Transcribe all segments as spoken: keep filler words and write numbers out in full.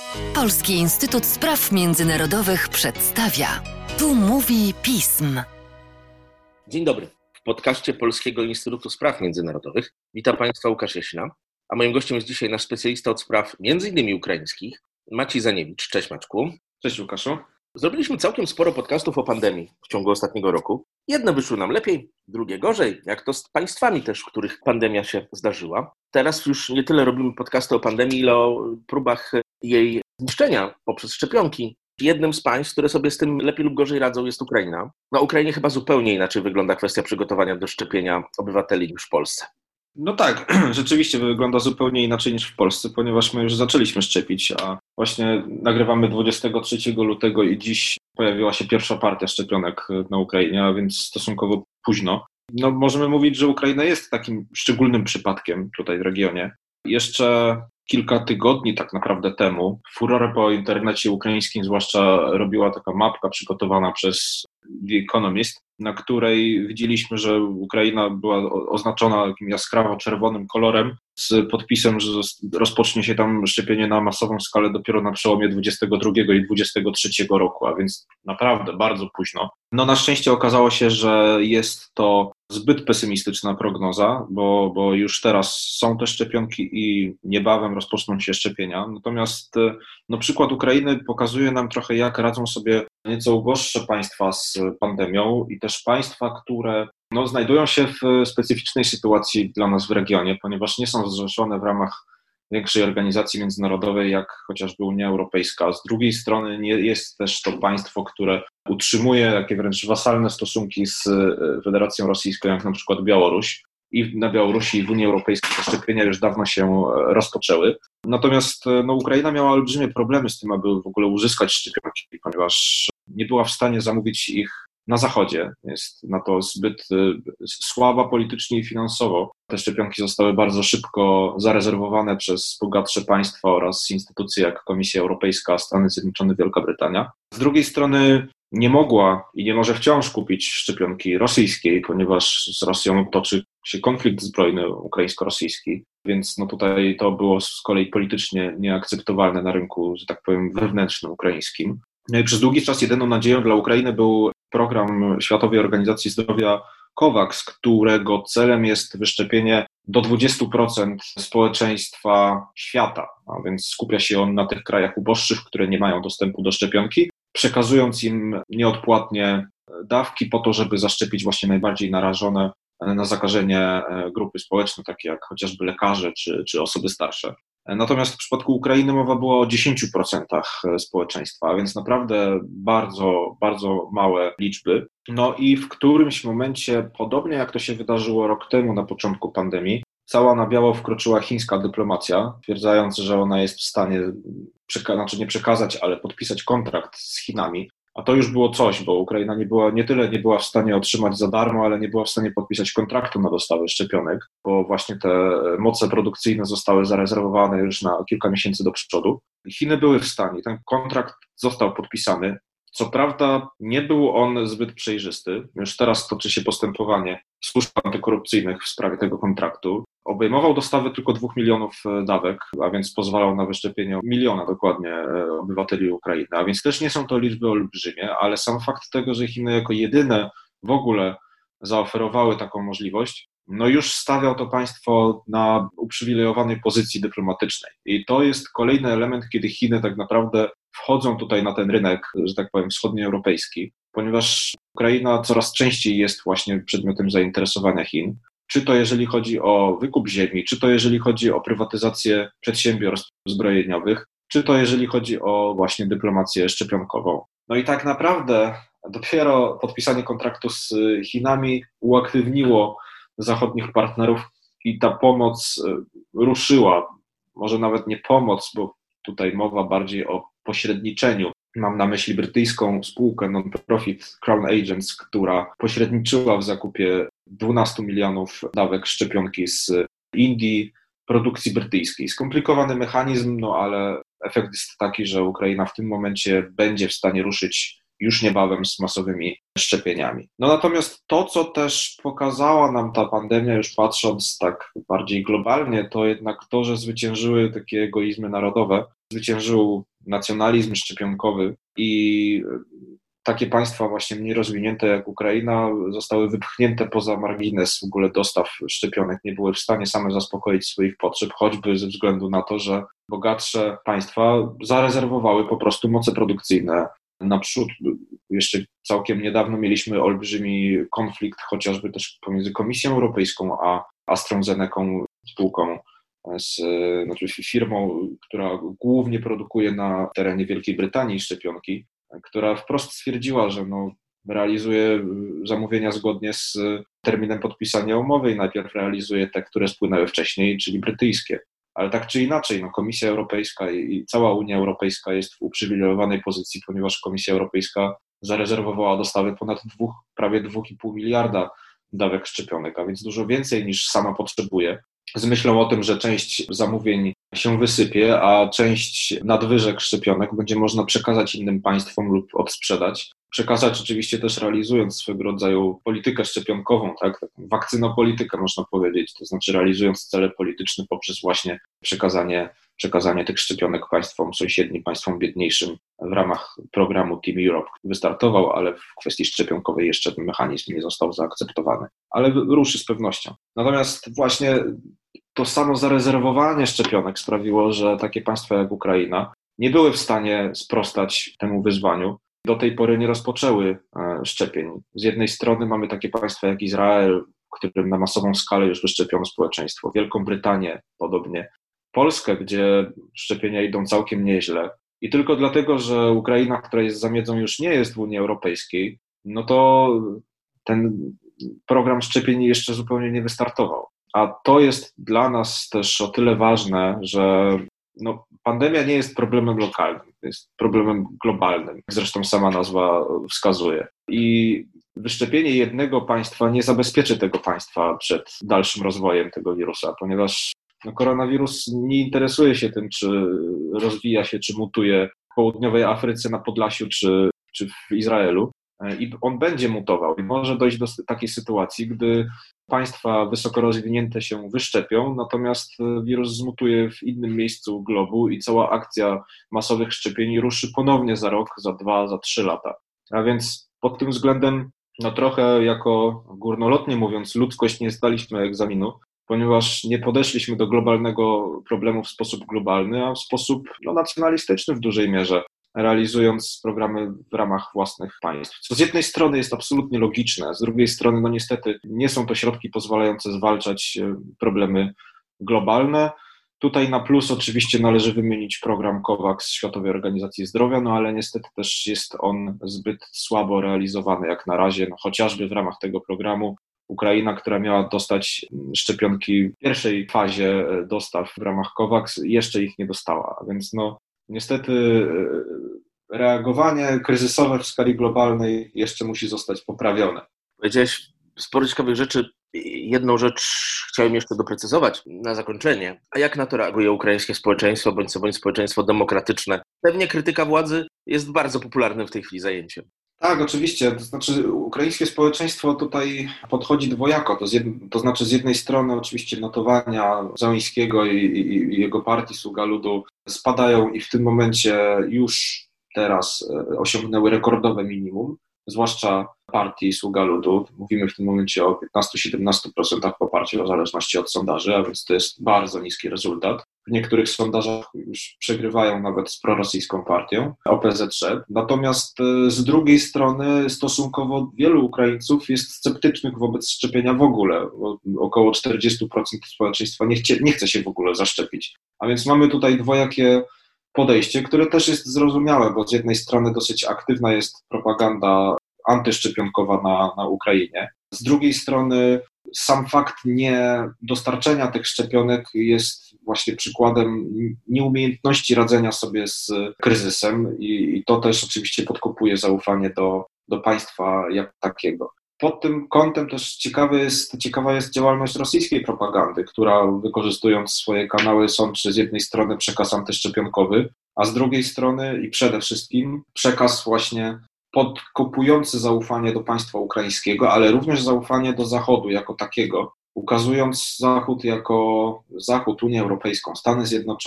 Polski Instytut Spraw Międzynarodowych przedstawia. Tu mówi pism. Dzień dobry. W podcaście Polskiego Instytutu Spraw Międzynarodowych witam Państwa Łukasz Jasina, a moim gościem jest dzisiaj nasz specjalista od spraw między innymi ukraińskich, Maciej Zaniewicz. Cześć Maćku. Cześć Łukaszu. Zrobiliśmy całkiem sporo podcastów o pandemii w ciągu ostatniego roku. Jedne wyszły nam lepiej, drugie gorzej, jak to z państwami też, w których pandemia się zdarzyła. Teraz już nie tyle robimy podcasty o pandemii, ile o próbach jej zniszczenia poprzez szczepionki. Jednym z państw, które sobie z tym lepiej lub gorzej radzą, jest Ukraina. Na Ukrainie chyba zupełnie inaczej wygląda kwestia przygotowania do szczepienia obywateli niż w Polsce. No tak, rzeczywiście wygląda zupełnie inaczej niż w Polsce, ponieważ my już zaczęliśmy szczepić, a właśnie nagrywamy dwudziestego trzeciego lutego i dziś pojawiła się pierwsza partia szczepionek na Ukrainie, a więc stosunkowo późno. No możemy mówić, że Ukraina jest takim szczególnym przypadkiem tutaj w regionie. Jeszcze kilka tygodni tak naprawdę temu furorę po internecie ukraińskim zwłaszcza robiła taka mapka przygotowana przez The Economist, na której widzieliśmy, że Ukraina była oznaczona takim jaskrawo czerwonym kolorem z podpisem, że rozpocznie się tam szczepienie na masową skalę dopiero na przełomie dwudziestego drugiego i dwudziestego trzeciego roku, a więc naprawdę bardzo późno. No na szczęście okazało się, że jest to zbyt pesymistyczna prognoza, bo, bo już teraz są te szczepionki i niebawem rozpoczną się szczepienia. Natomiast no, przykład Ukrainy pokazuje nam trochę, jak radzą sobie nieco uboższe państwa z pandemią i też państwa, które no, znajdują się w specyficznej sytuacji dla nas w regionie, ponieważ nie są zrzeszone w ramach większej organizacji międzynarodowej, jak chociażby Unia Europejska. Z drugiej strony nie jest też to państwo, które utrzymuje takie wręcz wasalne stosunki z Federacją Rosyjską, jak na przykład Białoruś. I na Białorusi i w Unii Europejskiej te szczepienia już dawno się rozpoczęły. Natomiast no, Ukraina miała olbrzymie problemy z tym, aby w ogóle uzyskać szczepionki, ponieważ nie była w stanie zamówić ich na Zachodzie. Jest na to zbyt słaba politycznie i finansowo. Te szczepionki zostały bardzo szybko zarezerwowane przez bogatsze państwa oraz instytucje jak Komisja Europejska, Stany Zjednoczone, Wielka Brytania. Z drugiej strony nie mogła i nie może wciąż kupić szczepionki rosyjskiej, ponieważ z Rosją toczy się konflikt zbrojny ukraińsko-rosyjski, więc no tutaj to było z kolei politycznie nieakceptowalne na rynku, że tak powiem, wewnętrznym ukraińskim. No i przez długi czas jedyną nadzieją dla Ukrainy był program Światowej Organizacji Zdrowia COVAX, którego celem jest wyszczepienie do dwudziestu procent społeczeństwa świata, a więc skupia się on na tych krajach uboższych, które nie mają dostępu do szczepionki, przekazując im nieodpłatnie dawki po to, żeby zaszczepić właśnie najbardziej narażone na zakażenie grupy społeczne, takie jak chociażby lekarze czy, czy osoby starsze. Natomiast w przypadku Ukrainy mowa była o dziesięciu procentach społeczeństwa, a więc naprawdę bardzo, bardzo małe liczby. No i w którymś momencie, podobnie jak to się wydarzyło rok temu na początku pandemii, cała na biało wkroczyła chińska dyplomacja, twierdzając, że ona jest w stanie, przeka- znaczy nie przekazać, ale podpisać kontrakt z Chinami. A to już było coś, bo Ukraina nie była, nie tyle nie była w stanie otrzymać za darmo, ale nie była w stanie podpisać kontraktu na dostawę szczepionek, bo właśnie te moce produkcyjne zostały zarezerwowane już na kilka miesięcy do przodu. Chiny były w stanie, ten kontrakt został podpisany. Co prawda nie był on zbyt przejrzysty, już teraz toczy się postępowanie służb antykorupcyjnych w sprawie tego kontraktu. Obejmował dostawę tylko dwóch milionów dawek, a więc pozwalał na wyszczepienie miliona dokładnie obywateli Ukrainy, a więc też nie są to liczby olbrzymie, ale sam fakt tego, że Chiny jako jedyne w ogóle zaoferowały taką możliwość, no już stawiał to państwo na uprzywilejowanej pozycji dyplomatycznej. I to jest kolejny element, kiedy Chiny tak naprawdę wchodzą tutaj na ten rynek, że tak powiem, wschodnioeuropejski, ponieważ Ukraina coraz częściej jest właśnie przedmiotem zainteresowania Chin. Czy to jeżeli chodzi o wykup ziemi, czy to jeżeli chodzi o prywatyzację przedsiębiorstw zbrojeniowych, czy to jeżeli chodzi o właśnie dyplomację szczepionkową. No i tak naprawdę dopiero podpisanie kontraktu z Chinami uaktywniło zachodnich partnerów i ta pomoc ruszyła. Może nawet nie pomoc, bo tutaj mowa bardziej o pośredniczeniu. Mam na myśli brytyjską spółkę non-profit Crown Agents, która pośredniczyła w zakupie dwunastu milionów dawek szczepionki z Indii, produkcji brytyjskiej. Skomplikowany mechanizm, no ale efekt jest taki, że Ukraina w tym momencie będzie w stanie ruszyć już niebawem z masowymi szczepieniami. No natomiast to, co też pokazała nam ta pandemia, już patrząc tak bardziej globalnie, to jednak to, że zwyciężyły takie egoizmy narodowe zwyciężył nacjonalizm szczepionkowy i takie państwa właśnie mniej rozwinięte jak Ukraina zostały wypchnięte poza margines w ogóle dostaw szczepionek, nie były w stanie same zaspokoić swoich potrzeb, choćby ze względu na to, że bogatsze państwa zarezerwowały po prostu moce produkcyjne naprzód. Jeszcze całkiem niedawno mieliśmy olbrzymi konflikt chociażby też pomiędzy Komisją Europejską a AstraZenecą, spółką, z znaczy firmą, która głównie produkuje na terenie Wielkiej Brytanii szczepionki, która wprost stwierdziła, że no, realizuje zamówienia zgodnie z terminem podpisania umowy i najpierw realizuje te, które spłynęły wcześniej, czyli brytyjskie. Ale tak czy inaczej, no, Komisja Europejska i cała Unia Europejska jest w uprzywilejowanej pozycji, ponieważ Komisja Europejska zarezerwowała dostawy ponad dwóch, prawie dwa i pół miliarda dawek szczepionek, a więc dużo więcej niż sama potrzebuje, z myślą o tym, że część zamówień się wysypie, a część nadwyżek szczepionek będzie można przekazać innym państwom lub odsprzedać. Przekazać oczywiście też realizując swego rodzaju politykę szczepionkową, tak, taką wakcynopolitykę można powiedzieć, to znaczy realizując cele polityczne poprzez właśnie przekazanie, przekazanie tych szczepionek państwom sąsiednim, państwom biedniejszym w ramach programu Team Europe. Wystartował, ale w kwestii szczepionkowej jeszcze ten mechanizm nie został zaakceptowany, ale ruszy z pewnością. Natomiast właśnie to samo zarezerwowanie szczepionek sprawiło, że takie państwa jak Ukraina nie były w stanie sprostać temu wyzwaniu. Do tej pory nie rozpoczęły szczepień. Z jednej strony mamy takie państwa jak Izrael, którym na masową skalę już wyszczepiono społeczeństwo, Wielką Brytanię podobnie, Polskę, gdzie szczepienia idą całkiem nieźle. I tylko dlatego, że Ukraina, która jest zamiedzą, już nie jest w Unii Europejskiej, no to ten program szczepień jeszcze zupełnie nie wystartował. A to jest dla nas też o tyle ważne, że no, pandemia nie jest problemem lokalnym, jest problemem globalnym, jak zresztą sama nazwa wskazuje. I wyszczepienie jednego państwa nie zabezpieczy tego państwa przed dalszym rozwojem tego wirusa, ponieważ no, koronawirus nie interesuje się tym, czy rozwija się, czy mutuje w południowej Afryce, na Podlasiu, czy, czy w Izraelu. I on będzie mutował i może dojść do takiej sytuacji, gdy państwa wysoko rozwinięte się wyszczepią, natomiast wirus zmutuje w innym miejscu globu i cała akcja masowych szczepień ruszy ponownie za rok, za dwa, za trzy lata. A więc pod tym względem, no trochę jako górnolotnie mówiąc, ludzkość nie zdaliśmy egzaminu, ponieważ nie podeszliśmy do globalnego problemu w sposób globalny, a w sposób no, nacjonalistyczny w dużej mierze, realizując programy w ramach własnych państw. Co z jednej strony jest absolutnie logiczne, z drugiej strony no niestety nie są to środki pozwalające zwalczać problemy globalne. Tutaj na plus oczywiście należy wymienić program COVAX Światowej Organizacji Zdrowia, no ale niestety też jest on zbyt słabo realizowany jak na razie, no chociażby w ramach tego programu Ukraina, która miała dostać szczepionki w pierwszej fazie dostaw w ramach COVAX, jeszcze ich nie dostała, więc no niestety reagowanie kryzysowe w skali globalnej jeszcze musi zostać poprawione. Powiedziałeś sporo ciekawych rzeczy. Jedną rzecz chciałem jeszcze doprecyzować na zakończenie. A jak na to reaguje ukraińskie społeczeństwo, bądź co bądź społeczeństwo demokratyczne? Pewnie krytyka władzy jest bardzo popularnym w tej chwili zajęciem. Tak, oczywiście. To znaczy ukraińskie społeczeństwo tutaj podchodzi dwojako. To, z jed... to znaczy z jednej strony oczywiście notowania Zełenskiego i, i, i jego partii Sługa Ludu spadają i w tym momencie już teraz osiągnęły rekordowe minimum, zwłaszcza partii Sługa Ludu. Mówimy w tym momencie o piętnaście do siedemnastu procent poparcia w zależności od sondaży, a więc to jest bardzo niski rezultat. W niektórych sondażach już przegrywają nawet z prorosyjską partią, O P Z Z. Natomiast z drugiej strony stosunkowo wielu Ukraińców jest sceptycznych wobec szczepienia w ogóle. Około czterdzieści procent społeczeństwa nie, chcie, nie chce się w ogóle zaszczepić. A więc mamy tutaj dwojakie podejście, które też jest zrozumiałe, bo z jednej strony dosyć aktywna jest propaganda antyszczepionkowa na, na Ukrainie. Z drugiej strony sam fakt niedostarczenia tych szczepionek jest właśnie przykładem nieumiejętności radzenia sobie z kryzysem i, i to też oczywiście podkopuje zaufanie do, do państwa jak takiego. Pod tym kątem też ciekawy jest, ciekawa jest działalność rosyjskiej propagandy, która wykorzystując swoje kanały sączy z jednej strony przekaz antyszczepionkowy, a z drugiej strony i przede wszystkim przekaz właśnie podkopujący zaufanie do państwa ukraińskiego, ale również zaufanie do Zachodu jako takiego, ukazując Zachód jako Zachód, Unię Europejską, Stany Zjednoczone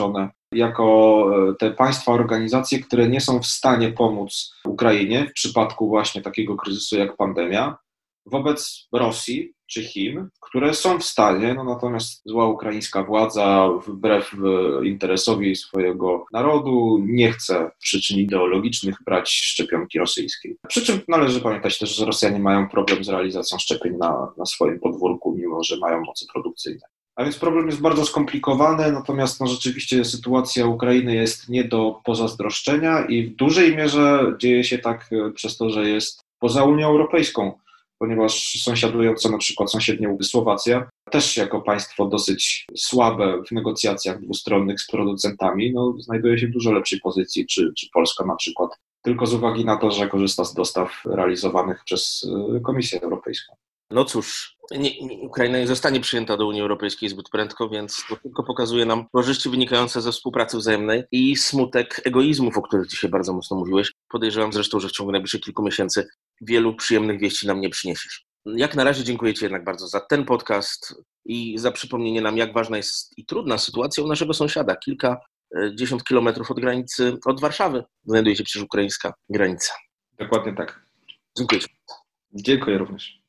jako te państwa, organizacje, które nie są w stanie pomóc Ukrainie w przypadku właśnie takiego kryzysu jak pandemia, wobec Rosji czy Chin, które są w stanie, no natomiast zła ukraińska władza wbrew interesowi swojego narodu nie chce przyczyn ideologicznych brać szczepionki rosyjskiej. Przy czym należy pamiętać też, że Rosjanie mają problem z realizacją szczepień na, na swoim podwórku, mimo że mają moce produkcyjne. A więc problem jest bardzo skomplikowany, natomiast no, rzeczywiście sytuacja Ukrainy jest nie do pozazdroszczenia i w dużej mierze dzieje się tak przez to, że jest poza Unią Europejską, ponieważ sąsiadująca na przykład sąsiednia Słowacja, też jako państwo dosyć słabe w negocjacjach dwustronnych z producentami, no, znajduje się w dużo lepszej pozycji, czy, czy Polska na przykład, tylko z uwagi na to, że korzysta z dostaw realizowanych przez Komisję Europejską. No cóż, nie, nie, Ukraina nie zostanie przyjęta do Unii Europejskiej zbyt prędko, więc to tylko pokazuje nam korzyści wynikające ze współpracy wzajemnej i smutek egoizmów, o których dzisiaj bardzo mocno mówiłeś. Podejrzewam zresztą, że w ciągu najbliższych kilku miesięcy wielu przyjemnych wieści nam nie przyniesiesz. Jak na razie dziękuję Ci jednak bardzo za ten podcast i za przypomnienie nam, jak ważna jest i trudna sytuacja u naszego sąsiada. Kilkadziesiąt kilometrów od granicy, od Warszawy znajduje się przecież ukraińska granica. Dokładnie tak. Dziękuję Ci. Dziękuję również.